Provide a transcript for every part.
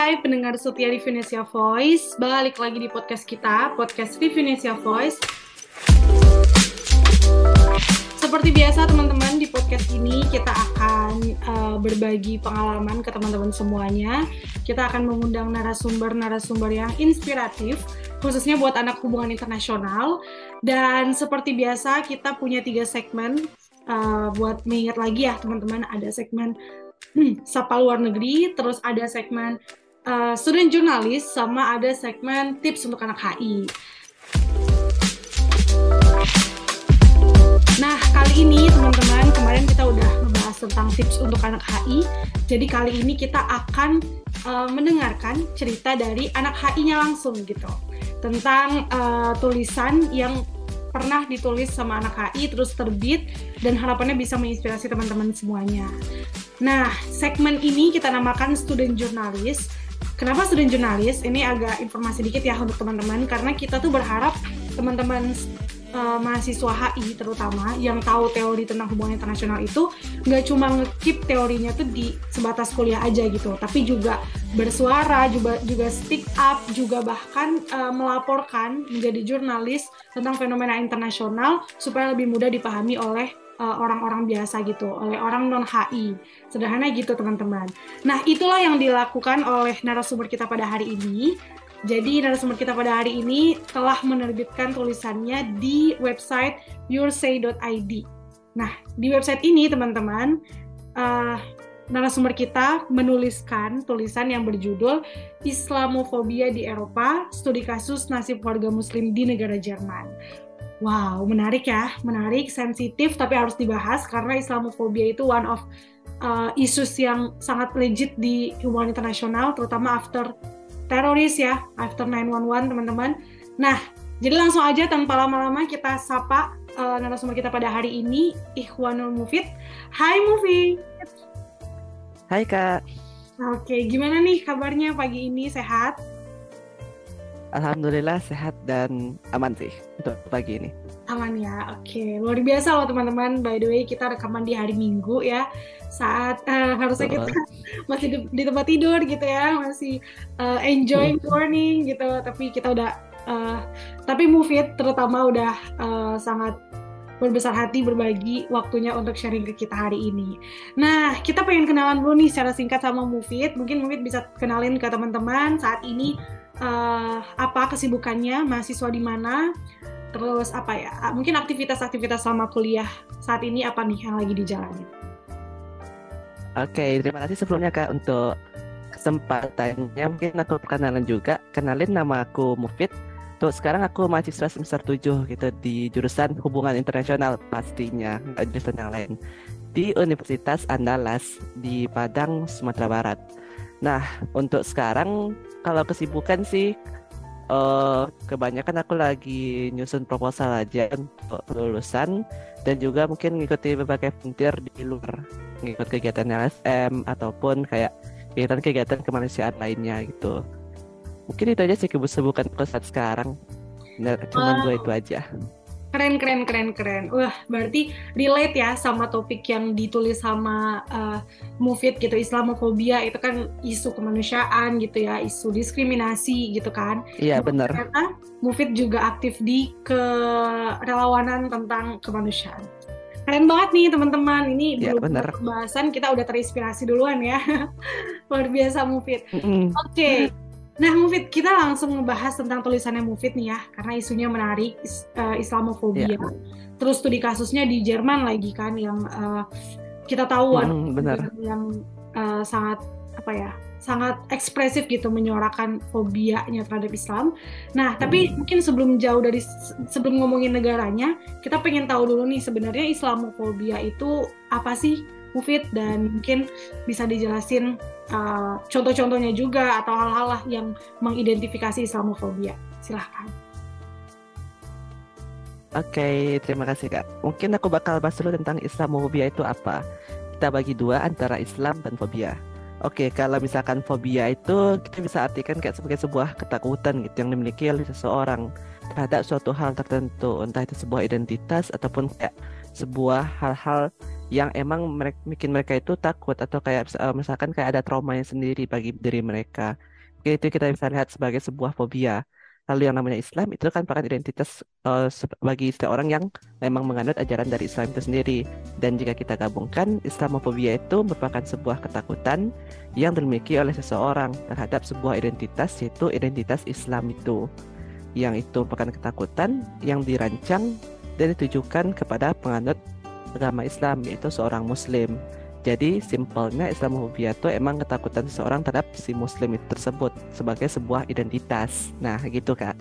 Hai pendengar setia Divinesia Voice, balik lagi di podcast kita, podcast Divinesia Voice. Seperti biasa teman-teman, di podcast ini kita akan berbagi pengalaman ke teman-teman semuanya. Kita akan mengundang narasumber-narasumber yang inspiratif, khususnya buat anak hubungan internasional. Dan seperti biasa kita punya 3 segmen. Buat mengingat lagi ya teman-teman, ada segmen Sapa Luar Negeri, terus ada segmen Student Journalist, sama ada segmen Tips untuk Anak HI. Nah, kali ini teman-teman, kemarin kita udah membahas tentang tips untuk anak HI. Jadi kali ini kita akan mendengarkan cerita dari anak HI-nya langsung gitu. Tentang tulisan yang pernah ditulis sama anak HI, terus terbit, dan harapannya bisa menginspirasi teman-teman semuanya. Nah, segmen ini kita namakan Student Journalist. Kenapa Student Journalist? Ini agak informasi dikit ya untuk teman-teman, karena kita tuh berharap teman-teman mahasiswa HI terutama yang tahu teori tentang hubungan internasional itu nggak cuma nge-keep teorinya tuh di sebatas kuliah aja gitu, tapi juga bersuara, juga speak up, juga bahkan melaporkan menjadi jurnalis tentang fenomena internasional supaya lebih mudah dipahami oleh orang-orang biasa gitu, oleh orang non-HI. Sederhana gitu teman-teman. Nah, itulah yang dilakukan oleh narasumber kita pada hari ini. Jadi narasumber kita pada hari ini telah menerbitkan tulisannya di website yoursay.id. Nah, di website ini teman-teman, narasumber kita menuliskan tulisan yang berjudul Islamofobia di Eropa, Studi Kasus Nasib Warga Muslim di Negara Jerman. Wow, menarik ya, menarik, sensitif, tapi harus dibahas karena Islamofobia itu one of issues yang sangat legit di hubungan internasional, terutama after teroris ya, after 9/11 teman-teman. Nah, jadi langsung aja tanpa lama-lama kita sapa narasumber kita pada hari ini, Ikhwanul Mufid. Hai Mufid. Hai Kak. Oke, gimana nih kabarnya pagi ini, sehat? Alhamdulillah sehat dan aman sih untuk pagi ini. Aman ya, oke. Luar biasa loh teman-teman, by the way kita rekaman di hari Minggu ya, saat harusnya kita masih di tempat tidur gitu ya, masih enjoying morning gitu, tapi kita udah tapi Mufid terutama udah sangat berbesar hati berbagi waktunya untuk sharing ke kita hari ini. Nah, kita pengen kenalan dulu nih secara singkat sama Mufid. Mungkin Mufid bisa kenalin ke teman-teman saat ini apa kesibukannya, mahasiswa di mana, terus apa ya, mungkin aktivitas-aktivitas selama kuliah saat ini apa nih yang lagi dijalani. Oke, terima kasih sebelumnya Kak untuk kesempatannya. Mungkin aku perkenalan juga. Kenalin, nama aku Mufid. Tuh, sekarang aku mahasiswa semester 7 gitu di jurusan Hubungan Internasional pastinya, nggak jurusan yang lain. Di Universitas Andalas di Padang, Sumatera Barat. Nah, untuk sekarang kalau kesibukan sih kebanyakan aku lagi nyusun proposal aja untuk lulusan dan juga mungkin ngikuti berbagai volunteer di luar, ngikut kegiatan LSM ataupun kayak kegiatan-kegiatan kemanusiaan lainnya gitu. Mungkin itu aja sih kesibukan aku saat sekarang. Nah, cuman dua itu aja. Keren. Wah, berarti relate ya sama topik yang ditulis sama Mufid gitu, Islamofobia itu kan isu kemanusiaan gitu ya, isu diskriminasi gitu kan. Iya, benar. Ternyata Mufid juga aktif di kerelawanan tentang kemanusiaan. Keren banget nih teman-teman, ini Ya, belum pembahasan kita udah terinspirasi duluan ya. Luar biasa Mufid. Oke. Nah Mufid, kita langsung ngebahas tentang tulisannya Mufid nih ya, karena isunya menarik, Islamofobia. Yeah. Terus studi kasusnya di Jerman lagi kan, yang kita tahu yang sangat sangat ekspresif gitu menyuarakan fobianya terhadap Islam. Nah, tapi mungkin sebelum ngomongin negaranya, kita pengen tahu dulu nih sebenarnya Islamofobia itu apa sih Mufid, dan mungkin bisa dijelasin contoh-contohnya juga atau hal-hal yang mengidentifikasi Islamofobia. Silahkan. Oke, terima kasih Kak. Mungkin aku bakal bahas dulu tentang Islamofobia itu apa. Kita bagi dua antara Islam dan fobia. Oke, kalau misalkan fobia itu kita bisa artikan kayak sebagai sebuah ketakutan gitu yang dimiliki oleh seseorang terhadap suatu hal tertentu, entah itu sebuah identitas ataupun kayak sebuah hal-hal yang emang bikin mereka itu takut atau kayak misalkan kayak ada traumanya sendiri bagi diri mereka. Itu kita bisa lihat sebagai sebuah fobia. Lalu yang namanya Islam itu kan merupakan identitas bagi setiap orang yang memang menganut ajaran dari Islam itu sendiri. Dan jika kita gabungkan, Islamofobia itu merupakan sebuah ketakutan yang dimiliki oleh seseorang terhadap sebuah identitas, yaitu identitas Islam itu. Yang itu merupakan ketakutan yang dirancang dan ditujukan kepada penganut agama Islam, yaitu seorang Muslim. Jadi simpelnya Islamofobia itu emang ketakutan seseorang terhadap si Muslim itu tersebut sebagai sebuah identitas. Nah gitu Kak.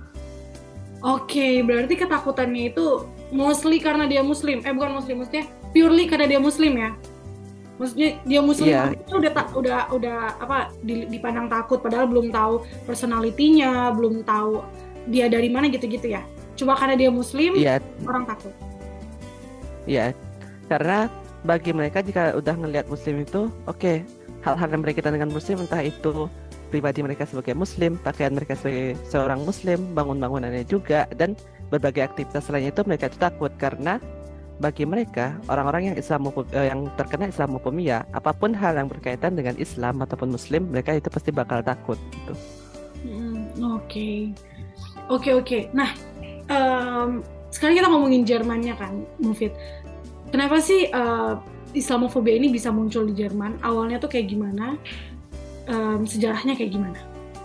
Oke, berarti ketakutannya itu mostly karena dia Muslim. Bukan Muslim, maksudnya purely karena dia Muslim ya. Maksudnya dia Muslim Iya, itu udah apa dipandang takut padahal belum tahu personalitinya, belum tahu dia dari mana gitu-gitu ya. Cuma karena dia Muslim, iya, orang takut. iya. Karena bagi mereka jika udah ngelihat Muslim itu, oke, hal-hal yang berkaitan dengan Muslim, entah itu pribadi mereka sebagai Muslim, pakaian mereka sebagai seorang Muslim, bangun-bangunannya juga, dan berbagai aktivitas lainnya itu mereka itu takut karena bagi mereka orang-orang yang terkena Islamofobia, apapun hal yang berkaitan dengan Islam ataupun Muslim, mereka itu pasti bakal takut gitu. Oke. Oke. Nah, sekarang kita ngomongin Jermannya kan, Mufid. Kenapa sih Islamofobia ini bisa muncul di Jerman? Awalnya tuh kayak gimana? Sejarahnya kayak gimana?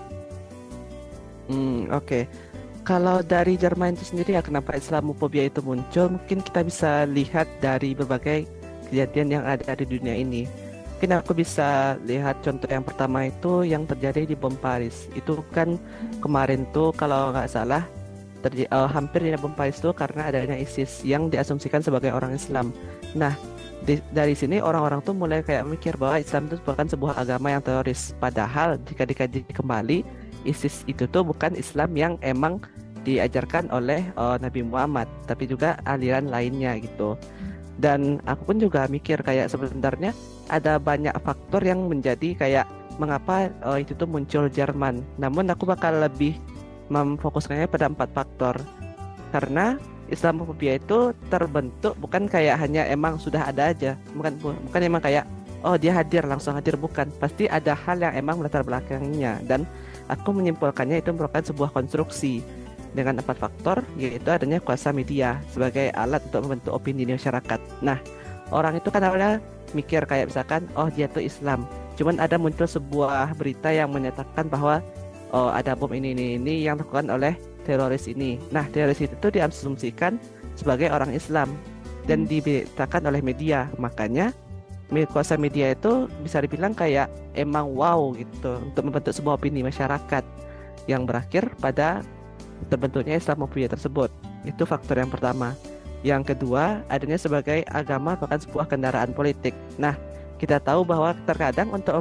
Oke. Kalau dari Jerman itu sendiri ya kenapa Islamofobia itu muncul, mungkin kita bisa lihat dari berbagai kejadian yang ada di dunia ini. Mungkin aku bisa lihat contoh yang pertama itu yang terjadi di bom Paris. Itu kan kemarin tuh kalau nggak salah hampir di bom Paris itu karena adanya ISIS yang diasumsikan sebagai orang Islam. Nah, dari sini orang-orang tuh mulai kayak mikir bahwa Islam itu bukan sebuah agama yang teroris. Padahal jika dikaji kembali, ISIS itu tuh bukan Islam yang emang diajarkan oleh Nabi Muhammad, tapi juga aliran lainnya gitu. Dan aku pun juga mikir kayak sebenarnya ada banyak faktor yang menjadi kayak mengapa itu tuh muncul Jerman. Namun aku bakal lebih memfokuskannya pada 4 faktor. Karena Islamofobia itu terbentuk bukan kayak hanya emang sudah ada aja, bukan emang kayak oh dia langsung hadir, bukan. Pasti ada hal yang emang melatar belakangnya, dan aku menyimpulkannya itu merupakan sebuah konstruksi dengan 4 faktor, yaitu adanya kuasa media sebagai alat untuk membentuk opini di masyarakat. Nah, orang itu kan awalnya mikir kayak misalkan, oh dia tuh Islam. Cuman ada muncul sebuah berita yang menyatakan bahwa oh ada bom ini yang dilakukan oleh teroris ini. Nah, teroris itu tuh diasumsikan sebagai orang Islam dan diberitakan oleh media. Makanya kuasa media itu bisa dibilang kayak emang wow gitu untuk membentuk sebuah opini masyarakat yang berakhir pada terbentuknya Islamofobia tersebut. Itu faktor yang pertama. Yang kedua, adanya sebagai agama bahkan sebuah kendaraan politik. Nah, kita tahu bahwa terkadang untuk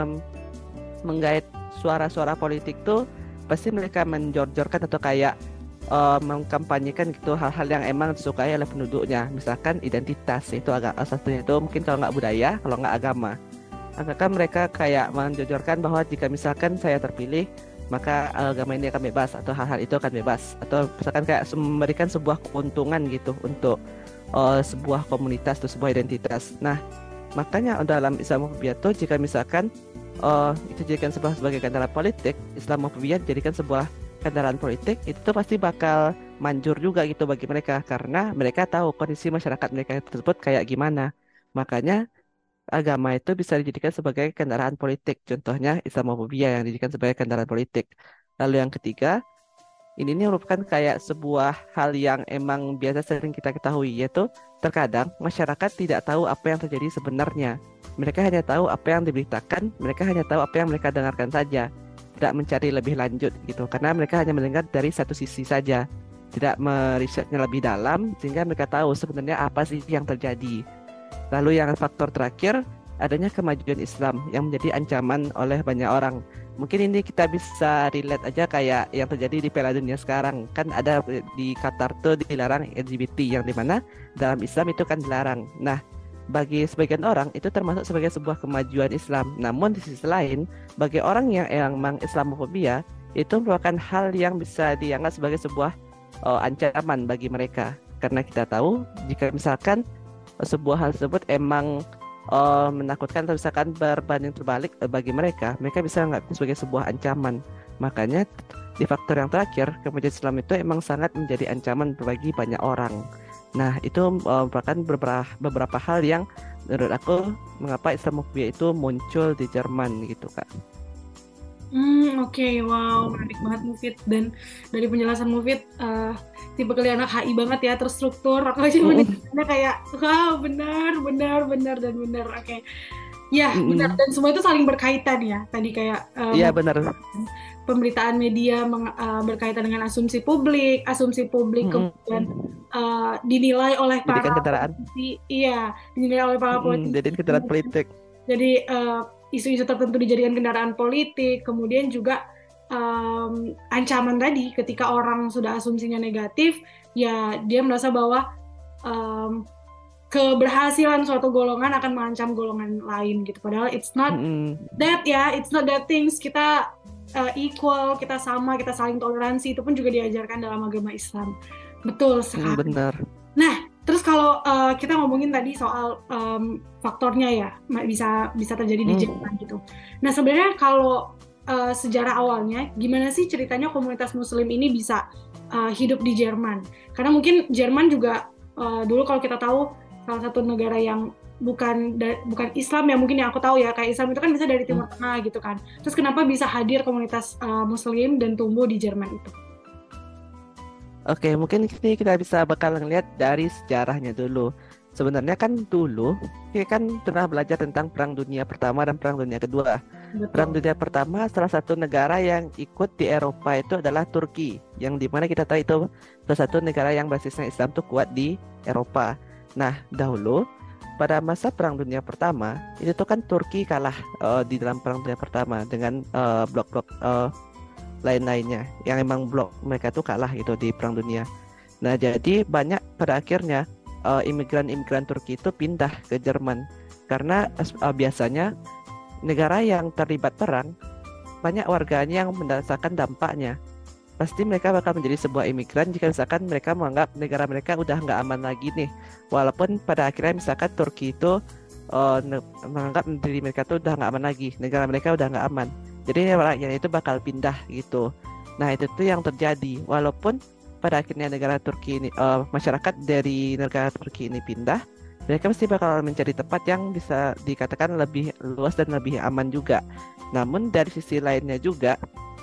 menggait suara-suara politik tuh pasti mereka menjor-jorkan atau kayak mengkampanyekan gitu hal-hal yang emang disukai oleh penduduknya. Misalkan identitas, itu agak satunya itu mungkin kalau nggak budaya, kalau nggak agama. Maka mereka kayak menjojorkan bahwa jika misalkan saya terpilih, maka agama ini akan bebas atau hal-hal itu akan bebas, atau misalkan kayak memberikan sebuah keuntungan gitu untuk sebuah komunitas atau sebuah identitas. Nah, makanya dalam Islamofobia tuh jika misalkan itu dijadikan sebagai kendaraan politik, Islamofobia dijadikan sebuah kendaraan politik, itu tuh pasti bakal manjur juga gitu bagi mereka karena mereka tahu kondisi masyarakat mereka tersebut kayak gimana. Makanya agama itu bisa dijadikan sebagai kendaraan politik. Contohnya Islamofobia yang dijadikan sebagai kendaraan politik. Lalu yang ketiga, ini merupakan kayak sebuah hal yang emang biasa sering kita ketahui, yaitu terkadang masyarakat tidak tahu apa yang terjadi sebenarnya. Mereka hanya tahu apa yang diberitakan, mereka hanya tahu apa yang mereka dengarkan saja, tidak mencari lebih lanjut gitu, karena mereka hanya mendengar dari satu sisi saja, tidak merisetnya lebih dalam sehingga mereka tahu sebenarnya apa sih yang terjadi. Lalu yang faktor terakhir, adanya kemajuan Islam yang menjadi ancaman oleh banyak orang. Mungkin ini kita bisa relate aja kayak yang terjadi di Piala Dunia sekarang. Kan ada di Qatar tuh dilarang LGBT, yang dimana dalam Islam itu kan dilarang. Nah, bagi sebagian orang itu termasuk sebagai sebuah kemajuan Islam. Namun di sisi lain, bagi orang yang emang Islamofobia, itu merupakan hal yang bisa dianggap sebagai sebuah ancaman bagi mereka. Karena kita tahu jika misalkan sebuah hal tersebut emang menakutkan atau misalkan berbanding terbalik bagi mereka, mereka bisa menganggap itu sebagai sebuah ancaman. Makanya di faktor yang terakhir, kemudian Islam itu emang sangat menjadi ancaman bagi banyak orang. Nah, itu merupakan beberapa hal yang menurut aku mengapa Islamophobia itu muncul di Jerman gitu, Kak. Oke, wow, menarik banget Mufid. Dan dari penjelasan Mufid, tipe kalian anak HI banget ya, terstruktur. Aku aja mendengarnya kayak, wow, benar, dan benar. Oke, ya benar. Dan semua itu saling berkaitan ya. Tadi kayak Iya benar. pemberitaan media berkaitan dengan asumsi publik kemudian dinilai oleh para Jadikan kendaraan. politisi, iya, dinilai oleh para politisi. Jadikan kendaraan politik. Jadi isu-isu tertentu dijadikan kendaraan politik, kemudian juga ancaman tadi ketika orang sudah asumsinya negatif, ya dia merasa bahwa keberhasilan suatu golongan akan mengancam golongan lain gitu. Padahal it's not that ya, it's not that things. Kita equal, kita sama, kita saling toleransi, itu pun juga diajarkan dalam agama Islam. Betul sekali. Benar. Nah, terus kalau kita ngomongin tadi soal faktornya ya, bisa terjadi di Jerman gitu. Nah, sebenarnya kalau sejarah awalnya, gimana sih ceritanya komunitas Muslim ini bisa hidup di Jerman? Karena mungkin Jerman juga dulu kalau kita tahu salah satu negara yang bukan Islam ya, mungkin yang aku tahu ya, kayak Islam itu kan bisa dari Timur Tengah gitu kan. Terus kenapa bisa hadir komunitas Muslim dan tumbuh di Jerman itu? Oke, mungkin ini kita bisa bakal ngeliat dari sejarahnya dulu. Sebenarnya kan dulu kita kan pernah belajar tentang Perang Dunia Pertama dan Perang Dunia Kedua. Betul. Perang Dunia Pertama, salah satu negara yang ikut di Eropa itu adalah Turki, yang dimana kita tahu itu salah satu negara yang basisnya Islam tuh kuat di Eropa. Nah, dahulu pada masa Perang Dunia Pertama itu tuh kan Turki kalah di dalam Perang Dunia Pertama dengan blok-blok lain-lainnya yang emang blok mereka tuh kalah gitu di Perang Dunia. Nah, jadi banyak pada akhirnya imigran-imigran Turki itu pindah ke Jerman karena biasanya negara yang terlibat perang banyak warganya yang merasakan dampaknya. Pasti mereka bakal menjadi sebuah imigran jika misalkan mereka menganggap negara mereka udah nggak aman lagi nih. Walaupun pada akhirnya misalkan Turki itu menganggap diri mereka tuh udah nggak aman lagi, negara mereka udah nggak aman. Jadi rakyatnya itu bakal pindah gitu. Nah, itu tuh yang terjadi. Walaupun pada akhirnya negara Turki ini, masyarakat dari negara Turki ini pindah, mereka mesti bakal mencari tempat yang bisa dikatakan lebih luas dan lebih aman juga. Namun dari sisi lainnya juga,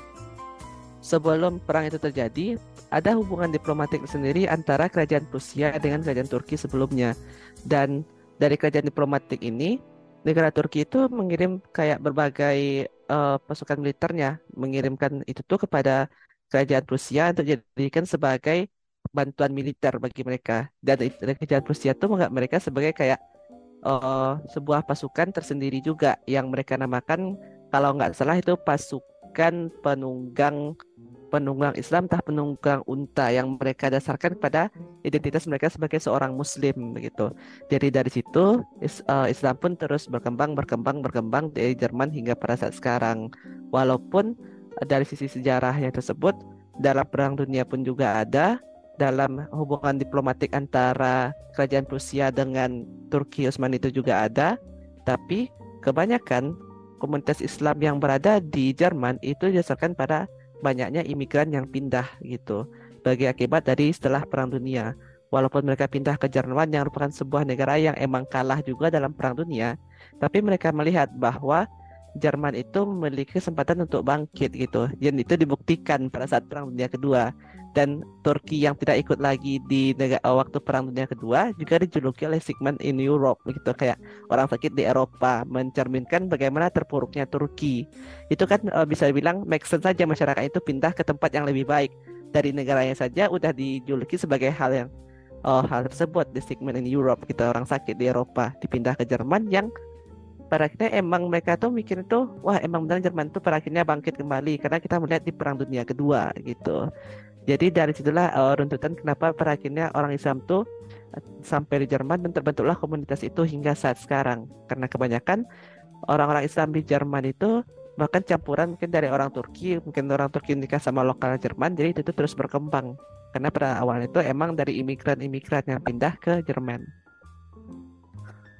sebelum perang itu terjadi, ada hubungan diplomatik sendiri antara kerajaan Prusia dengan kerajaan Turki sebelumnya. Dan dari kerajaan diplomatik ini, negara Turki itu mengirim kayak berbagai pasukan militernya, mengirimkan itu tuh kepada kerajaan Prusia untuk dijadikan sebagai bantuan militer bagi mereka. Dan kerajaan Prusia tuh menganggap mereka sebagai kayak sebuah pasukan tersendiri juga yang mereka namakan, kalau nggak salah itu pasukan penunggang Islam, entah penunggang unta, yang mereka dasarkan pada identitas mereka sebagai seorang Muslim begitu. Jadi dari situ Islam pun terus berkembang dari Jerman hingga pada saat sekarang. Walaupun dari sisi sejarahnya tersebut, dalam Perang Dunia pun juga ada, dalam hubungan diplomatik antara kerajaan Prusia dengan Turki Utsmani itu juga ada, tapi kebanyakan komunitas Islam yang berada di Jerman itu didasarkan pada banyaknya imigran yang pindah gitu sebagai akibat dari setelah Perang Dunia. Walaupun mereka pindah ke Jerman yang merupakan sebuah negara yang emang kalah juga dalam Perang Dunia, tapi mereka melihat bahwa Jerman itu memiliki kesempatan untuk bangkit gitu. Dan itu dibuktikan pada saat Perang Dunia Kedua. Dan Turki yang tidak ikut lagi di waktu Perang Dunia Kedua juga dijuluki oleh Sigmund in Europe gitu, kayak orang sakit di Eropa, mencerminkan bagaimana terpuruknya Turki. Itu kan bisa dibilang make sense saja masyarakat itu pindah ke tempat yang lebih baik. Dari negaranya saja udah dijuluki sebagai hal tersebut, di Sigmund in Europe gitu, orang sakit di Eropa dipindah ke Jerman yang pada akhirnya emang mereka tuh mikir tuh, wah emang benar Jerman tuh pada akhirnya bangkit kembali karena kita melihat di Perang Dunia Kedua gitu. Jadi dari situlah runtutan kenapa pada akhirnya orang Islam tuh sampai di Jerman dan terbentuklah komunitas itu hingga saat sekarang. Karena kebanyakan orang-orang Islam di Jerman itu bahkan campuran mungkin dari orang Turki, mungkin orang Turki nikah sama lokal Jerman, jadi itu terus berkembang. Karena pada awalnya itu emang dari imigran-imigran yang pindah ke Jerman.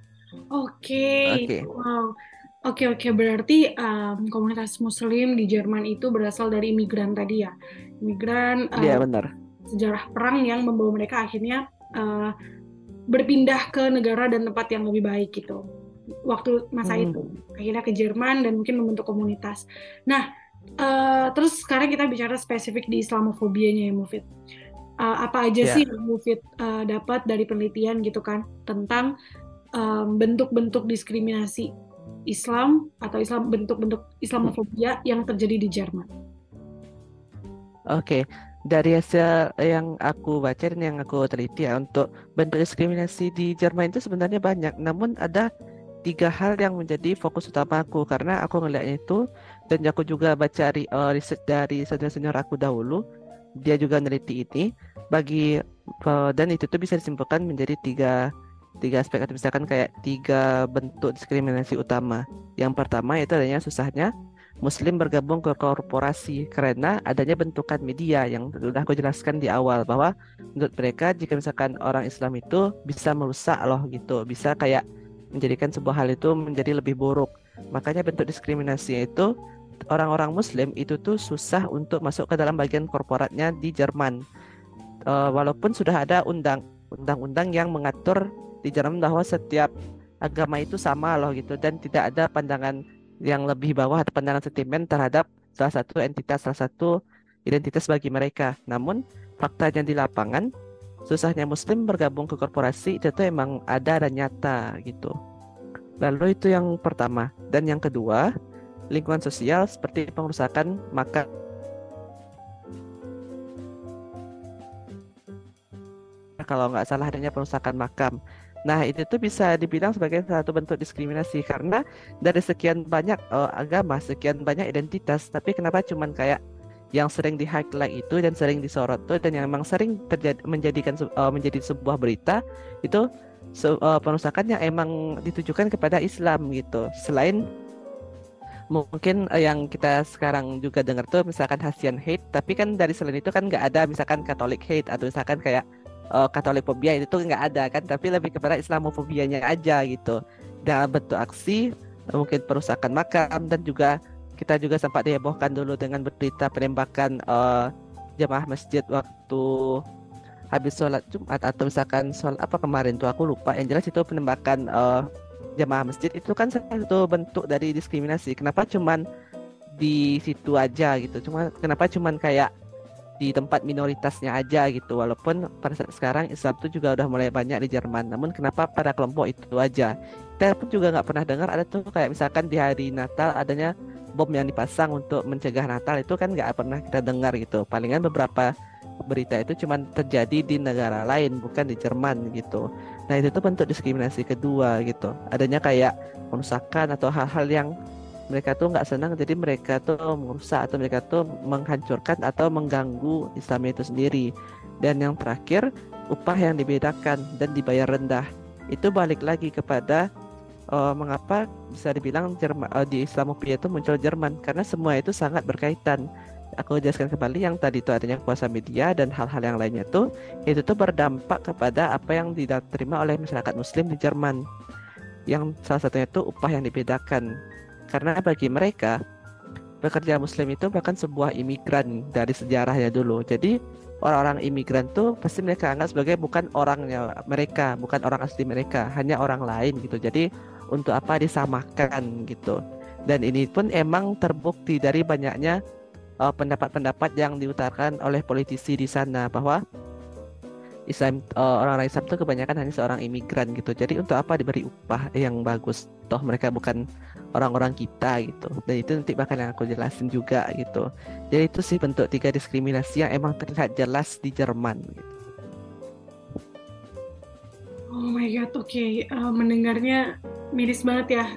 Oke, Oke, wow. Oke, berarti komunitas Muslim di Jerman itu berasal dari imigran tadi ya. Imigran iya benar. sejarah perang yang membawa mereka akhirnya berpindah ke negara dan tempat yang lebih baik gitu. Waktu masa itu Mm, akhirnya ke Jerman dan mungkin membentuk komunitas. Nah, terus sekarang kita bicara spesifik di Islamofobianya ya, Mufid. Apa aja sih ya. yang Mufid dapat dari penelitian gitu kan tentang bentuk-bentuk diskriminasi Islam atau bentuk-bentuk Mm, Islamofobia yang terjadi di Jerman. Oke, dari hasil yang aku baca dan yang aku teliti ya untuk bentuk diskriminasi di Jerman itu sebenarnya banyak. Namun ada tiga hal yang menjadi fokus utama aku karena aku ngeliatnya itu dan aku juga baca riset dari senior-senior aku dahulu. Dia juga neliti ini bagi dan itu tuh bisa disimpulkan menjadi tiga tiga aspek atau misalkan kayak tiga bentuk diskriminasi utama. Yang pertama itu adanya susahnya Muslim bergabung ke korporasi karena adanya bentukan media yang sudah aku jelaskan di awal bahwa menurut mereka jika misalkan orang Islam itu bisa merusak loh gitu, bisa kayak menjadikan sebuah hal itu menjadi lebih buruk. Makanya bentuk diskriminasinya itu orang-orang Muslim itu tuh susah untuk masuk ke dalam bagian korporatnya di Jerman. Walaupun sudah ada undang-undang yang mengatur di Jerman bahwa setiap agama itu sama loh gitu dan tidak ada pandangan yang lebih bawah atau pandangan sentimen terhadap salah satu entitas, salah satu identitas bagi mereka. Namun faktanya di lapangan susahnya Muslim bergabung ke korporasi itu tuh emang ada dan nyata gitu. Lalu itu yang pertama dan yang kedua lingkungan sosial seperti pengerusakan maka kalau nggak salah adanya perusakan makam. Nah, itu tuh bisa dibilang sebagai satu bentuk diskriminasi karena dari sekian banyak agama, sekian banyak identitas, tapi kenapa cuman kayak yang sering di highlight itu dan sering disorot tuh dan yang memang sering terjadi menjadi sebuah berita itu perusakan yang emang ditujukan kepada Islam gitu. Selain mungkin yang kita sekarang juga dengar tuh misalkan Hasian hate, tapi kan dari selain itu kan nggak ada misalkan Katolik hate atau misalkan kayak Katolik fobia itu tuh nggak ada kan, tapi lebih kepada Islamofobianya aja gitu. Dalam bentuk aksi, mungkin perusakan makam dan juga kita juga sempat dihebohkan dulu dengan berita penembakan jamaah masjid waktu habis sholat Jumat atau misalkan sholat apa kemarin tuh aku lupa. Yang jelas itu penembakan jamaah masjid itu kan salah satu bentuk dari diskriminasi. Kenapa cuman di situ aja gitu? Kenapa cuman kayak di tempat minoritasnya aja gitu. Walaupun pada saat sekarang Islam itu juga udah mulai banyak di Jerman. Namun kenapa pada kelompok itu aja? Kita pun juga nggak pernah dengar ada tuh kayak misalkan di hari Natal adanya bom yang dipasang untuk mencegah Natal itu kan nggak pernah kita dengar gitu. Palingan beberapa berita itu cuma terjadi di negara lain bukan di Jerman gitu. Nah itu tuh bentuk diskriminasi kedua gitu. Adanya kayak perusakan atau hal-hal yang mereka tuh nggak senang jadi mereka tuh merusak atau mereka tuh menghancurkan atau mengganggu Islam itu sendiri. Dan yang terakhir upah yang dibedakan dan dibayar rendah itu balik lagi kepada mengapa bisa dibilang di Islamophobia itu muncul Jerman karena semua itu sangat berkaitan. Aku jelaskan kembali yang tadi itu adanya kuasa media dan hal-hal yang lainnya tuh itu tuh berdampak kepada apa yang diterima oleh masyarakat Muslim di Jerman. Yang salah satunya itu upah yang dibedakan. Karena bagi mereka pekerja Muslim itu bahkan sebuah imigran dari sejarahnya dulu. Jadi orang-orang imigran tuh pasti mereka anggap sebagai bukan orangnya mereka, bukan orang asli mereka, hanya orang lain gitu. Jadi untuk apa disamakan gitu. Dan ini pun emang terbukti dari banyaknya pendapat-pendapat yang diutarakan oleh politisi di sana bahwa orang-orang Islam itu kebanyakan hanya seorang imigran gitu. Jadi untuk apa diberi upah yang bagus? Toh mereka bukan orang-orang kita gitu. Dan itu nanti bakal yang aku jelasin juga gitu. Jadi itu sih bentuk tiga diskriminasi yang emang terlihat jelas di Jerman gitu. Oh my God, oke. Mendengarnya miris banget ya,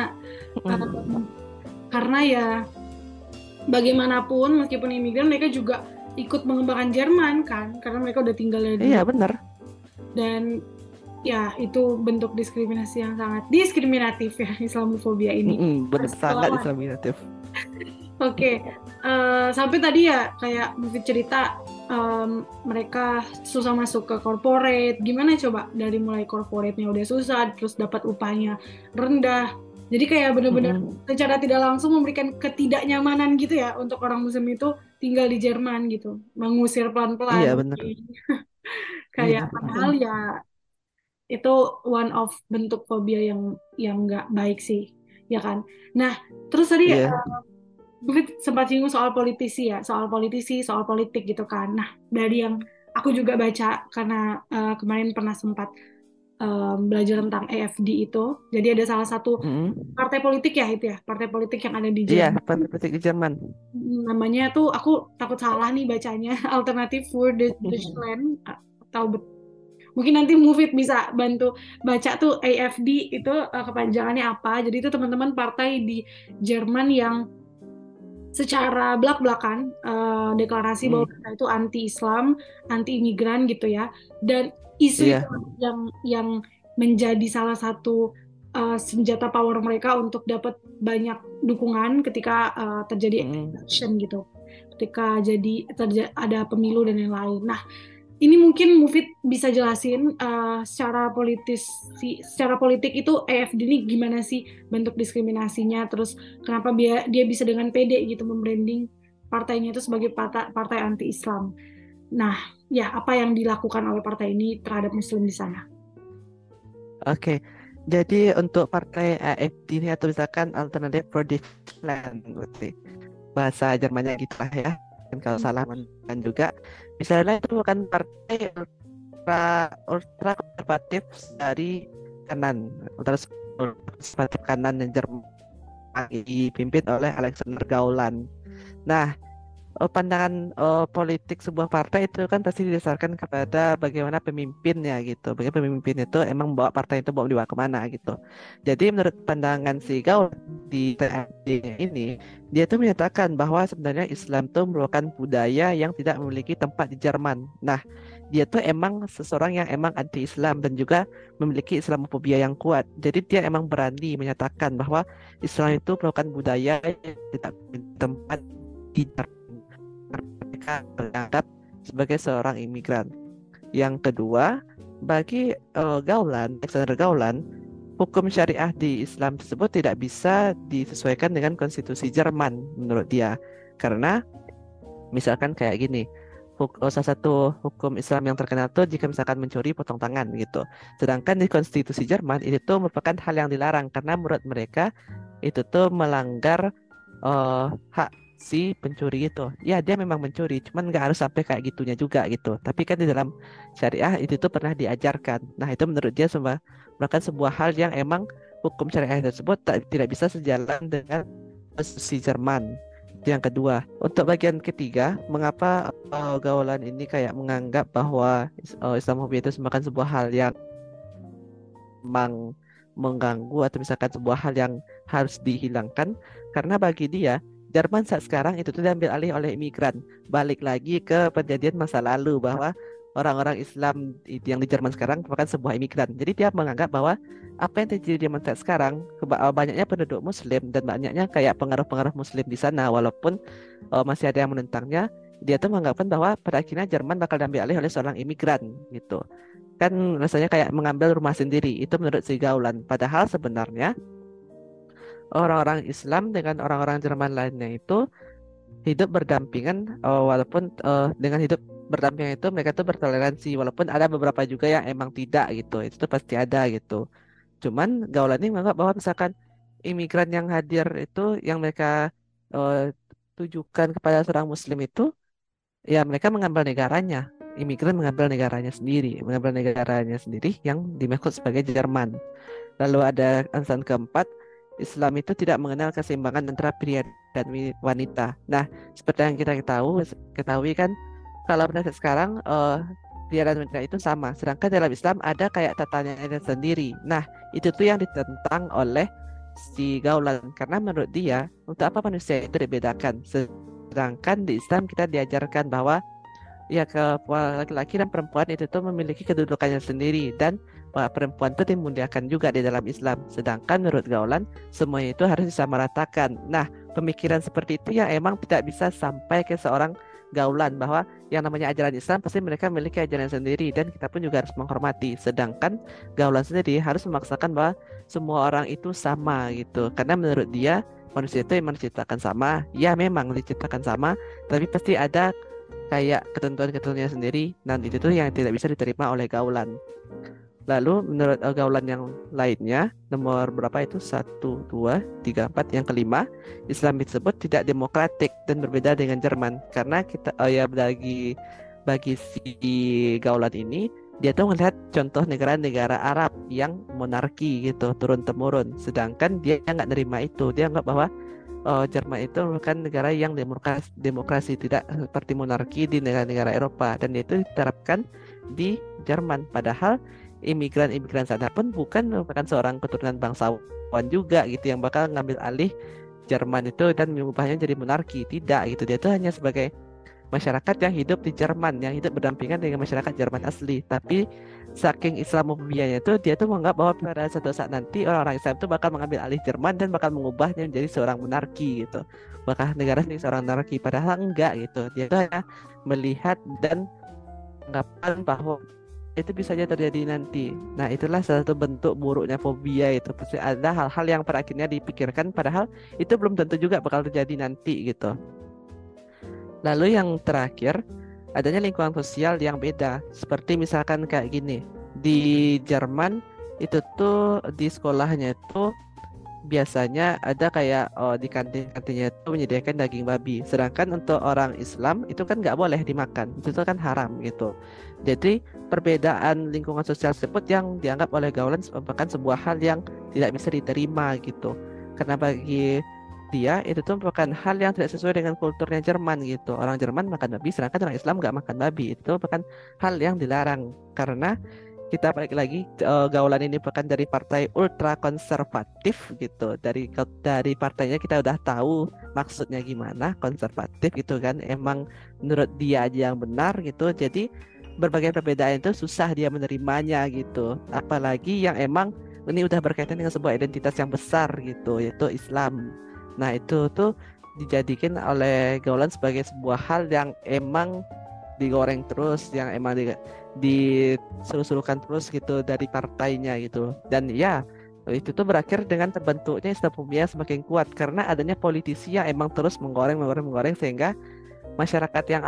karena ya bagaimanapun meskipun imigran mereka juga ikut mengembangkan Jerman kan, karena mereka udah tinggalnya di Iya benar. dan ya itu bentuk diskriminasi yang sangat diskriminatif ya Islamofobia ini. Benar Harus sangat dilawan. diskriminatif. Oke, sampai tadi ya kayak Mufid cerita mereka susah masuk ke corporate. Gimana coba dari mulai corporate-nya udah susah, terus dapat upahnya rendah. Jadi kayak benar-benar secara tidak langsung memberikan ketidaknyamanan gitu ya untuk orang Muslim itu tinggal di Jerman gitu, mengusir Iya pelan-pelan. benar. Kayak Iya. padahal ya itu one of bentuk fobia yang nggak baik sih, ya kan? Nah, terus tadi Iya. mungkin sempat singgung soal politisi ya, soal politisi, soal politik gitu kan. Nah, dari yang aku juga baca karena kemarin pernah sempat belajar tentang AfD itu. Jadi ada salah satu Mm-mm. partai politik ya itu ya, partai politik yang ada di Iya, Jerman. politik di Jerman. Namanya tuh aku takut salah nih bacanya, Alternative for the Deutschland atau mungkin nanti Mufid bisa bantu baca tuh AfD itu kepanjangannya apa. Jadi itu teman-teman partai di Jerman yang secara belak-belakan deklarasi bahwa Mm. mereka itu anti-Islam, anti-imigran gitu ya. Dan isu itu Iya. yang menjadi salah satu senjata power mereka untuk dapat banyak dukungan ketika terjadi Mm. election gitu. Ketika ada pemilu dan yang lain. Nah, ini mungkin Mufid bisa jelasin secara politik itu AfD ini gimana sih bentuk diskriminasinya, terus kenapa dia bisa dengan pede gitu membranding partainya itu sebagai partai anti-Islam. Nah, ya apa yang dilakukan oleh partai ini terhadap Muslim di sana? Oke. Jadi untuk partai AfD ini atau misalkan Alternative for Deutschland berarti bahasa Jermannya gitu lah ya. Dan kalau salah kan juga misalnya itu bukan partai ultra konservatif dari kanan, ultra konservatif kanan yang Jerman dipimpin oleh Alexander Gauland. Nah, pandangan politik sebuah partai itu kan pasti didasarkan kepada bagaimana pemimpinnya gitu. Bagaimana pemimpin itu emang bawa partai itu bawa dibawa kemana gitu. Jadi menurut pandangan si Gaul di TND ini, dia tuh menyatakan bahwa sebenarnya Islam itu merupakan budaya yang tidak memiliki tempat di Jerman. Nah, dia tuh emang seseorang yang emang anti-Islam dan juga memiliki Islamofobia yang kuat. Jadi dia emang berani menyatakan bahwa Islam itu merupakan budaya yang tidak memiliki tempat di Jerman. Mereka beranggap sebagai seorang imigran. Yang kedua, bagi Alexander Gauland, hukum syariah di Islam tersebut tidak bisa disesuaikan dengan konstitusi Jerman menurut dia. Karena misalkan kayak gini, salah satu hukum Islam yang terkenal tuh jika misalkan mencuri potong tangan gitu. Sedangkan di konstitusi Jerman itu tuh merupakan hal yang dilarang karena menurut mereka itu tuh melanggar hak si pencuri itu. Ya dia memang mencuri, cuman nggak harus sampai kayak gitunya juga gitu. Tapi kan di dalam syariah itu tuh pernah diajarkan. Nah itu menurut dia merupakan sebuah hal yang emang hukum syariah tersebut tidak bisa sejalan dengan konstitusi Jerman. Itu yang kedua. Untuk bagian ketiga, mengapa Gauland ini kayak menganggap bahwa Islamophobia itu merupakan sebuah hal yang memang mengganggu atau misalkan sebuah hal yang harus dihilangkan, karena bagi dia Jerman saat sekarang itu tuh diambil alih oleh imigran. Balik lagi ke perjanjian masa lalu bahwa orang-orang Islam yang di Jerman sekarang merupakan sebuah imigran. Jadi dia menganggap bahwa apa yang terjadi di Jerman saat sekarang, banyaknya penduduk Muslim dan banyaknya kayak pengaruh-pengaruh Muslim di sana, walaupun masih ada yang menentangnya, dia tuh menganggapkan bahwa pada akhirnya Jerman bakal diambil alih oleh seorang imigran gitu. Kan rasanya kayak mengambil rumah sendiri. Itu menurut si Gauland. Padahal sebenarnya orang-orang Islam dengan orang-orang Jerman lainnya itu hidup berdampingan, walaupun dengan hidup berdampingan itu mereka tuh bertoleransi, walaupun ada beberapa juga yang emang tidak gitu. Itu tuh pasti ada gitu. Cuman Gauland ini menganggap bahwa misalkan imigran yang hadir itu yang mereka eh, tujukan kepada seorang Muslim itu, ya mereka mengambil negaranya. Imigran mengambil negaranya sendiri yang dimaksud sebagai Jerman. Lalu ada alasan keempat, Islam itu tidak mengenal keseimbangan antara pria dan wanita. Nah, seperti yang kita ketahui kan, kalau pada saat sekarang pria dan wanita itu sama. Sedangkan dalam Islam ada kayak tatanan sendiri. Nah, itu tuh yang ditentang oleh si Gauland karena menurut dia untuk apa manusia itu dibedakan. Sedangkan di Islam kita diajarkan bahwa ya laki-laki dan perempuan itu tuh memiliki kedudukannya sendiri dan perempuan itu dimuliakan juga di dalam Islam. Sedangkan menurut Gauland semuanya itu harus disamaratakan. Nah, pemikiran seperti itu yang emang tidak bisa sampai ke seorang gaulan bahwa yang namanya ajaran Islam pasti mereka memiliki ajaran sendiri dan kita pun juga harus menghormati. Sedangkan gaulan sendiri harus memaksakan bahwa semua orang itu sama gitu. Karena menurut dia manusia itu memang diciptakan sama. Ya memang diciptakan sama, tapi pasti ada kayak ketentuan-ketentuannya sendiri. Dan itu tuh yang tidak bisa diterima oleh gaulan. Lalu menurut gaulan yang lainnya, nomor berapa itu? Satu, dua, tiga, empat. Yang kelima, Islam tersebut tidak demokratik dan berbeda dengan Jerman. Karena kita, ya bagi si gaulan ini, dia tuh melihat contoh negara-negara Arab yang monarki gitu, turun-temurun. Sedangkan dia nggak nerima itu. Dia anggap bahwa Jerman itu merupakan negara yang demokrasi, tidak seperti monarki di negara-negara Eropa. Dan itu diterapkan di Jerman. Padahal imigran-imigran sana pun bukan merupakan seorang keturunan bangsawan juga gitu yang bakal ngambil alih Jerman itu dan mengubahnya jadi monarki. Tidak gitu. Dia itu hanya sebagai masyarakat yang hidup di Jerman, yang hidup berdampingan dengan masyarakat Jerman asli. Tapi saking Islamofobianya itu, dia tuh menganggap bahwa pada suatu saat nanti orang-orang Islam itu bakal mengambil alih Jerman dan bakal mengubahnya menjadi seorang monarki gitu. Bakal negara ini seorang monarki, padahal enggak gitu. Dia tuh hanya melihat dan anggapan bahwa itu bisa aja terjadi nanti. Nah, itulah salah satu bentuk buruknya fobia itu. Pasti ada hal-hal yang pada akhirnya dipikirkan, padahal itu belum tentu juga bakal terjadi nanti gitu. Lalu yang terakhir, adanya lingkungan sosial yang beda. Seperti misalkan kayak gini, di Jerman itu tuh di sekolahnya itu biasanya ada kayak di kantin-kantinnya itu menyediakan daging babi. Sedangkan untuk orang Islam itu kan nggak boleh dimakan, itu kan haram gitu. Jadi perbedaan lingkungan sosial tersebut yang dianggap oleh gaulan merupakan sebuah hal yang tidak bisa diterima gitu. Karena bagi dia itu tuh merupakan hal yang tidak sesuai dengan kulturnya Jerman gitu. Orang Jerman makan babi, sedangkan orang Islam nggak makan babi. Itu merupakan hal yang dilarang karena kita balik lagi gaulan ini bukan dari partai ultra konservatif gitu. Dari partainya kita udah tahu maksudnya gimana konservatif gitu kan. Emang menurut dia aja yang benar gitu. Jadi berbagai perbedaan itu susah dia menerimanya gitu. Apalagi yang emang ini udah berkaitan dengan sebuah identitas yang besar gitu, yaitu Islam. Nah itu tuh dijadikan oleh gaulan sebagai sebuah hal yang emang digoreng terus, yang emang disuruh-suruhkan terus gitu dari partainya gitu. Dan ya itu tuh berakhir dengan terbentuknya Islamophobia semakin kuat karena adanya politisi yang emang terus menggoreng sehingga masyarakat yang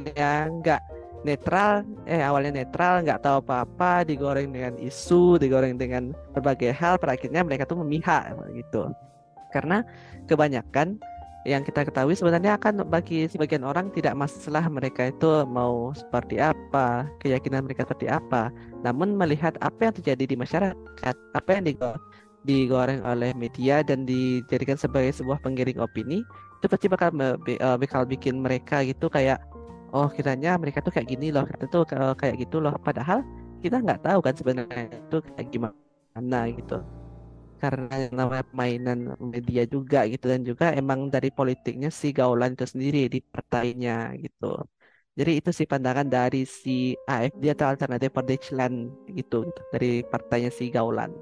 awalnya netral nggak tahu apa-apa digoreng dengan isu, digoreng dengan berbagai hal, pada akhirnya mereka tuh memihak gitu. Karena kebanyakan yang kita ketahui sebenarnya akan bagi sebagian orang tidak masalah mereka itu mau seperti apa, keyakinan mereka seperti apa. Namun melihat apa yang terjadi di masyarakat, apa yang digoreng oleh media dan dijadikan sebagai sebuah penggiring opini, itu pasti bakal bikin mereka gitu kayak, oh kiranya mereka tuh kayak gini loh, kita tuh kayak gitu loh. Padahal kita nggak tahu kan sebenarnya itu kayak gimana gitu. Karena yang namanya permainan media juga gitu dan juga emang dari politiknya si gaulan itu sendiri di partainya gitu. Jadi itu sih pandangan dari si AfD atau Alternative for Deutschland gitu, dari partainya si gaulan.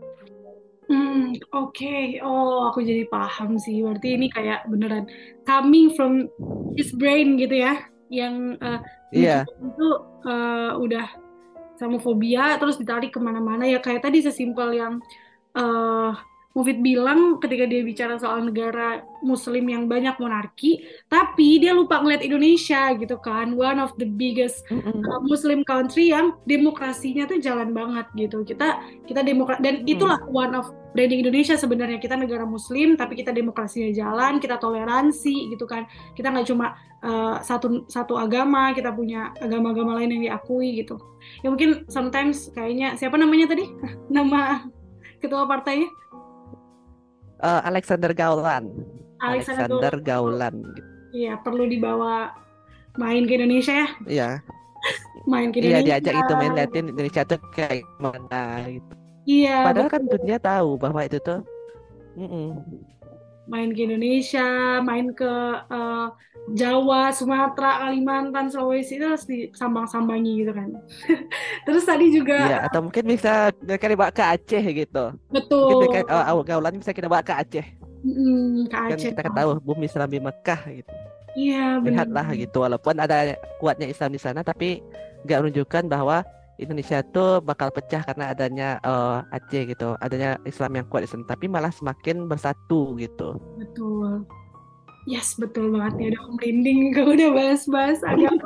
Oke. Oh, aku jadi paham sih. Berarti ini kayak beneran coming from his brain gitu ya, yang mikir Iya, itu udah Islamofobia terus ditarik kemana-mana ya kayak tadi sesimpel yang eh Mufid bilang ketika dia bicara soal negara Muslim yang banyak monarki, tapi dia lupa ngeliat Indonesia gitu kan, one of the biggest mm-mm, Muslim country yang demokrasinya tuh jalan banget gitu. Kita demokrat dan itulah mm-mm, one of branding Indonesia sebenarnya, kita negara Muslim tapi kita demokrasinya jalan, kita toleransi gitu kan. Kita nggak cuma satu satu agama, kita punya agama-agama lain yang diakui gitu. Ya mungkin sometimes kayaknya siapa namanya tadi? Nama ketua partainya? Alexander Gaulan, Alexander Alexander Gaulan itu Gaulan gitu. ya perlu dibawa main ke Indonesia ya, Iya, main ke iya Indonesia. diajak itu main liatin Indonesia tuh kayak gimana gitu. Iya, Padahal kan betul. dunia tahu bahwa itu tuh, mm-mm, Main ke Indonesia, main ke eh, Jawa, Sumatera, Kalimantan, Sulawesi itu harus disambang-sambangi gitu kan. Terus tadi iya, juga atau mungkin bisa mereka dibawa ke Aceh gitu. Mungkin mereka betul Gaulan bisa kita bawa ke Aceh. ke Kan Aceh. kita kan tahu bumi Islam di Mekah gitu. Iya, Lihatlah benar. gitu, walaupun ada kuatnya Islam di sana, tapi nggak menunjukkan bahwa Indonesia tuh bakal pecah karena adanya Aceh gitu, adanya Islam yang kuat di sana, tapi malah semakin bersatu gitu. Betul. Yes, betul banget ya. Udah merinding kalau udah bahas-bahas agama.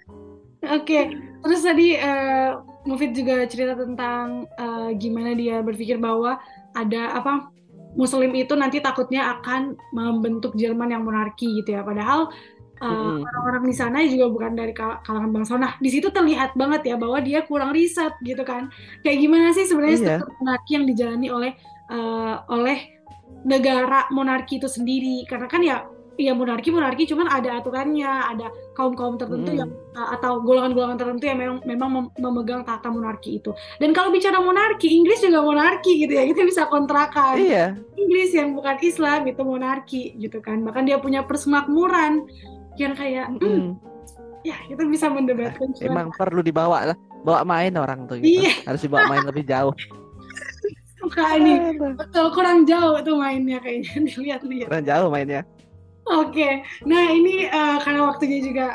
Oke, terus tadi Mufid juga cerita tentang gimana dia berpikir bahwa ada apa Muslim itu nanti takutnya akan membentuk Jerman yang monarki gitu ya. Padahal Mm-mm. orang-orang di sana juga bukan dari kalangan bangsa. Nah, di situ terlihat banget ya bahwa dia kurang riset gitu kan. Kayak gimana sih sebenarnya Iya, struktur monarki yang dijalani oleh negara monarki itu sendiri. Karena kan ya monarki cuman ada aturannya, ada kaum-kaum tertentu yang mm-mm. atau golongan-golongan tertentu yang memang memegang tahta monarki itu. Dan kalau bicara monarki, Inggris juga monarki gitu ya. Kita bisa kontrakan. Iya, Inggris yang bukan Islam itu monarki gitu kan. Bahkan dia punya persemakmuran yang kayak mm-mm. ya kita bisa mendebatkan cuman Emang perlu dibawa lah, bawa main orang tuh gitu, iya harus dibawa main lebih jauh. suka ini Aduh, betul kurang jauh tuh mainnya kayaknya dilihat-lihat. kurang jauh mainnya. Oke, nah ini karena waktunya juga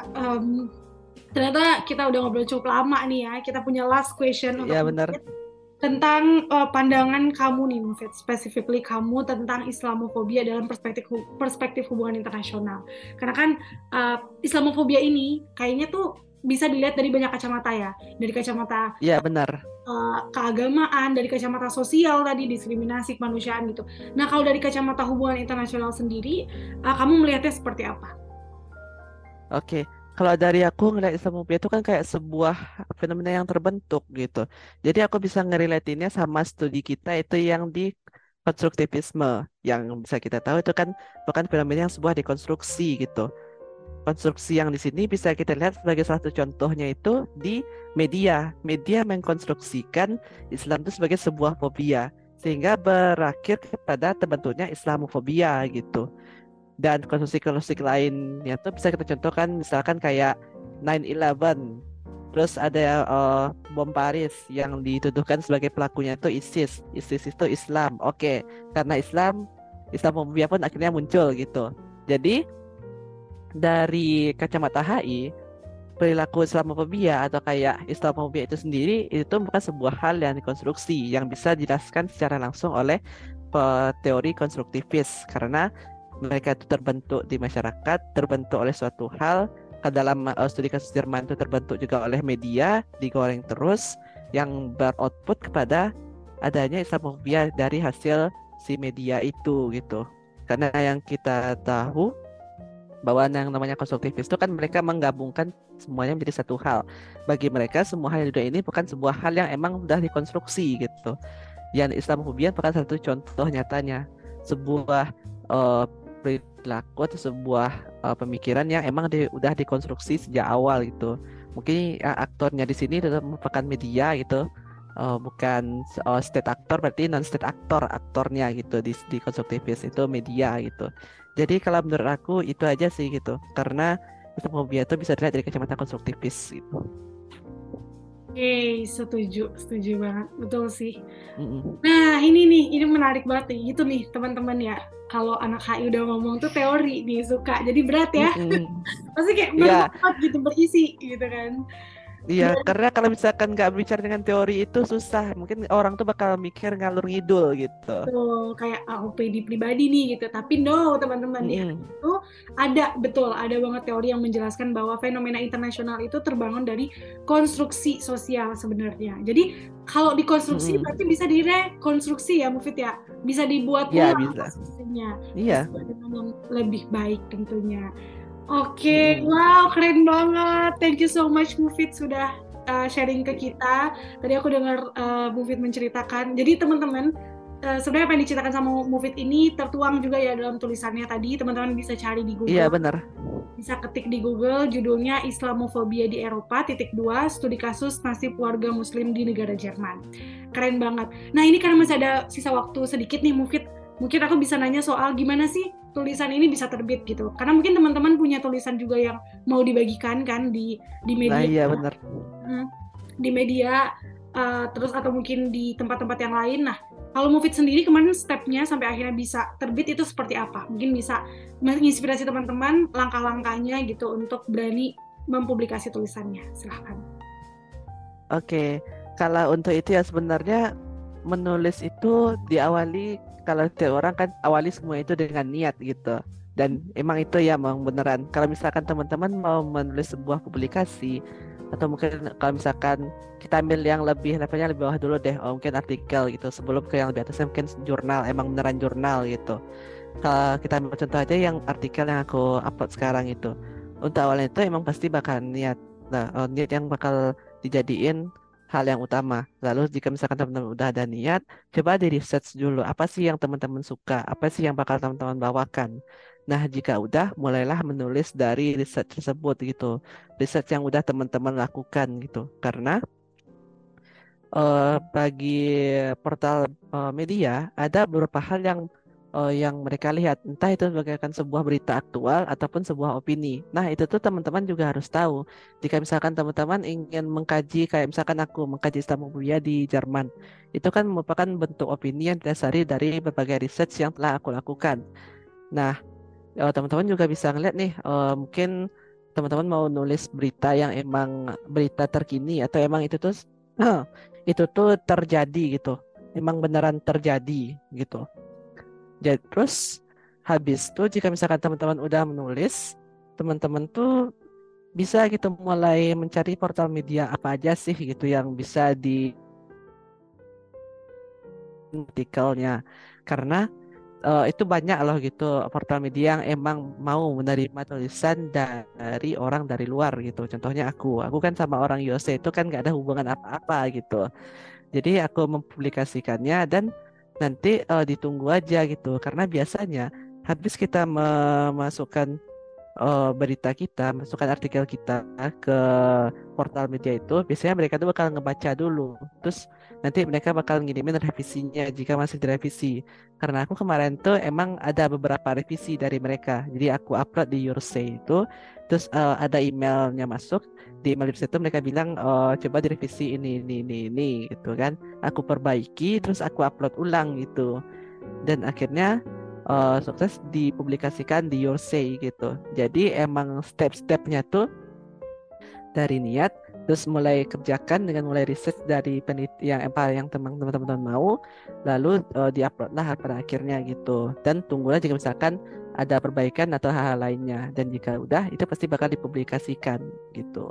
ternyata kita udah ngobrol cukup lama nih ya. Kita punya last question Iya untuk bener. Mufid tentang pandangan kamu nih Mufid, specifically kamu tentang Islamofobia dalam perspektif perspektif hubungan internasional. Karena kan Islamofobia ini kayaknya tuh bisa dilihat dari banyak kacamata ya, dari kacamata Iya bener. keagamaan, dari kacamata sosial tadi, diskriminasi kemanusiaan gitu. Nah, kalau dari kacamata hubungan internasional sendiri, kamu melihatnya seperti apa? Oke, kalau dari aku ngeliat Islamophobia itu kan kayak sebuah fenomena yang terbentuk gitu. Jadi aku bisa ngerelatinnya sama studi kita itu yang di konstruktivisme, yang bisa kita tahu itu kan bukan fenomena yang sebuah dekonstruksi gitu. Konstruksi yang di sini bisa kita lihat sebagai salah satu contohnya itu di media. Media mengkonstruksikan Islam itu sebagai sebuah fobia, sehingga berakhir kepada terbentuknya Islamofobia gitu. Dan konstruksi-konstruksi lainnya tuh bisa kita contohkan misalkan kayak 9/11. Terus ada bom Paris yang dituduhkan sebagai pelakunya itu ISIS. ISIS itu Islam. Oke, karena Islamofobia pun akhirnya muncul gitu. Jadi dari kacamata HI, perilaku Islamofobia atau kayak Islamofobia itu sendiri itu bukan sebuah hal yang dikonstruksi yang bisa dijelaskan secara langsung oleh teori konstruktivis karena mereka itu terbentuk di masyarakat, terbentuk oleh suatu hal. Ke dalam studi kasus Jerman itu terbentuk juga oleh media, digoreng terus, yang beroutput kepada adanya Islamofobia dari hasil si media itu gitu. Karena yang kita tahu bahwa yang namanya konstruktivis itu kan mereka menggabungkan semuanya menjadi satu hal. Bagi mereka semua hal di dunia ini bukan sebuah hal yang emang udah dikonstruksi gitu. Yang Islamofobia bukan satu contoh nyatanya sebuah eh, perilaku atau sebuah pemikiran yang emang udah dikonstruksi sejak awal gitu. Mungkin aktornya di sini tetap merupakan media gitu. Bukan state actor, berarti non state actor aktornya gitu di konstruktivis itu media gitu. Jadi kalau menurut aku itu aja sih gitu. Karena Islamofobia itu bisa dilihat dari kacamata konstruktivis gitu. Oke, setuju, setuju banget, betul sih. Mm-mm. Nah, ini menarik banget nih. Itu nih, teman-teman ya. Kalau anak HI udah ngomong tuh teori nih, suka. Jadi berat ya. Mm-mm. Pasti kayak Iya, berat gitu, berisi gitu kan. iya, karena kalau misalkan nggak bicara dengan teori itu susah. Mungkin orang tuh bakal mikir ngalur ngidul gitu. Betul, kayak opini pribadi nih gitu. Tapi no, teman-teman, di hari Mm-mm. itu ada banget teori yang menjelaskan bahwa fenomena internasional itu terbangun dari konstruksi sosial sebenarnya. Jadi kalau dikonstruksi Mm-mm. berarti bisa direkonstruksi ya, Mufid ya. Bisa dibuat Iya ulang bisa. konstruksinya Iya. sesuai dengan yang lebih baik tentunya. Oke, Mm-mm. wow, keren banget. Thank you so much, Mufid, sudah sharing ke kita. Tadi aku dengar Mufid menceritakan. Jadi teman-teman, sebenarnya apa yang diceritakan sama Mufid ini tertuang juga ya dalam tulisannya tadi. Teman-teman bisa cari di Iya Google, benar. bisa ketik di Google, judulnya Islamofobia di Eropa, ×2, studi kasus nasib warga Muslim di negara Jerman. Keren banget. Nah ini karena masih ada sisa waktu sedikit nih, Mufid, mungkin aku bisa nanya soal gimana sih tulisan ini bisa terbit gitu. Karena mungkin teman-teman punya tulisan juga yang mau dibagikan kan di Nah media, iya benar. hmm, di media, terus atau mungkin di tempat-tempat yang lain. Nah, Kalau Mufid sendiri kemarin stepnya sampai akhirnya bisa terbit itu seperti apa? Mungkin bisa menginspirasi teman-teman langkah-langkahnya gitu untuk berani mempublikasi tulisannya. Silahkan. Oke, kalau untuk itu ya sebenarnya menulis itu diawali, kalau setiap orang kan awali semua itu dengan niat gitu. Dan emang itu ya memang beneran. Kalau misalkan teman-teman mau menulis sebuah publikasi, atau mungkin kalau misalkan kita ambil yang lebih levelnya lebih bawah dulu deh, mungkin artikel gitu. Sebelum ke yang lebih atasnya mungkin jurnal, emang beneran jurnal gitu. Kalau kita ambil contoh aja yang artikel yang aku upload sekarang itu, untuk awalnya itu emang pasti bakal niat. Nah, niat yang bakal dijadiin hal yang utama. Lalu jika misalkan teman-teman udah ada niat, coba di research dulu apa sih yang teman-teman suka, apa sih yang bakal teman-teman bawakan. Nah, jika udah, mulailah menulis dari research tersebut gitu. Research yang udah teman-teman lakukan gitu. Karena bagi portal media ada beberapa hal yang mereka lihat, entah itu bagaikan sebuah berita aktual ataupun sebuah opini. Nah, itu tuh teman-teman juga harus tahu. Jika misalkan teman-teman ingin mengkaji, kayak misalkan aku mengkaji Islamophobia di Jerman, itu kan merupakan bentuk opini yang didasari dari berbagai research yang telah aku lakukan. Nah, teman-teman juga bisa ngeliat nih, mungkin teman-teman mau nulis berita yang emang berita terkini atau emang itu tuh itu tuh terjadi gitu, emang beneran terjadi gitu. Jadi terus habis tuh jika misalkan teman-teman udah menulis, teman-teman tuh bisa gitu mulai mencari portal media apa aja sih gitu yang bisa di artikelnya, karena itu banyak loh gitu portal media yang emang mau menerima tulisan dari orang dari luar gitu. Contohnya aku kan sama orang USA itu kan nggak ada hubungan apa-apa gitu. Jadi aku mempublikasikannya dan nanti ditunggu aja gitu. Karena biasanya habis kita memasukkan berita kita, masukkan artikel kita ke portal media itu, biasanya mereka tuh bakal ngebaca dulu. Terus nanti mereka bakal ngirimin revisinya jika masih direvisi. Karena aku kemarin tuh emang ada beberapa revisi dari mereka. Jadi aku upload di Yoursay itu, terus ada emailnya masuk. Di email itu mereka bilang coba direvisi ini gitu kan. Aku perbaiki, terus aku upload ulang gitu. Dan akhirnya sukses dipublikasikan di Yoursay gitu. Jadi emang step-stepnya tuh dari niat, terus mulai kerjakan dengan mulai riset dari penelitian yang teman-teman mau, lalu diupload lah pada akhirnya gitu. Dan tunggulah jika misalkan ada perbaikan atau hal-hal lainnya. Dan jika udah, itu pasti bakal dipublikasikan gitu.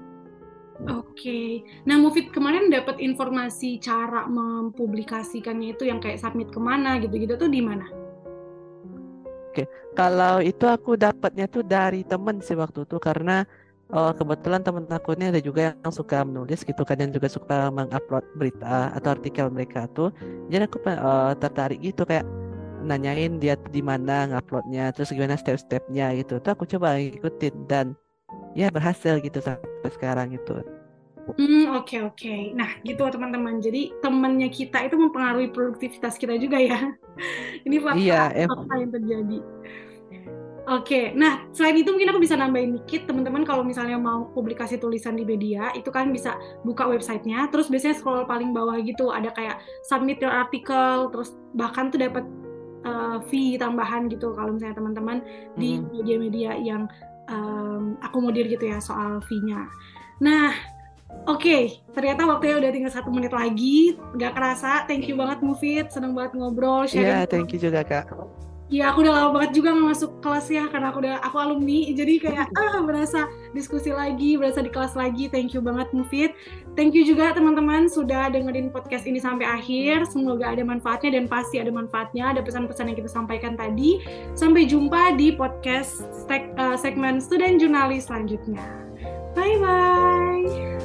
Oke. Nah, Mufid kemarin dapat informasi cara mempublikasikannya itu yang kayak submit kemana gitu-gitu tuh di mana? Oke, kalau itu aku dapatnya tuh dari temen sih waktu itu, karena kebetulan temen aku ini ada juga yang suka menulis gitu kan, yang juga suka mengupload berita atau artikel mereka tuh. Jadi aku tertarik gitu, kayak nanyain dia tuh di mana nguploadnya, terus gimana step-stepnya gitu. Tuh aku coba ikutin dan ya berhasil gitu sampai sekarang itu. Oke. Nah, gitu teman-teman. Jadi temannya kita itu mempengaruhi produktivitas kita juga ya. Ini Iya, fakta yang terjadi. Oke, nah selain itu mungkin aku bisa nambahin dikit, teman-teman kalau misalnya mau publikasi tulisan di media, itu kan bisa buka websitenya, terus biasanya scroll paling bawah gitu, ada kayak submit your article, terus bahkan tuh dapat fee tambahan gitu kalau misalnya teman-teman di media-media yang akomodir gitu ya soal fee-nya. Nah, oke, ternyata waktunya udah tinggal 1 menit lagi, nggak kerasa. Thank you banget Mufid, seneng banget ngobrol, sharing. Iya, thank you juga Kak. Ya, aku udah lama banget juga nggak masuk kelas ya, karena aku alumni, jadi kayak berasa diskusi lagi, berasa di kelas lagi. Thank you banget Mufid. Thank you juga teman-teman sudah dengerin podcast ini sampai akhir. Semoga ada manfaatnya dan pasti ada manfaatnya, ada pesan-pesan yang kita sampaikan tadi. Sampai jumpa di podcast segmen Student Jurnalis selanjutnya. Bye-bye.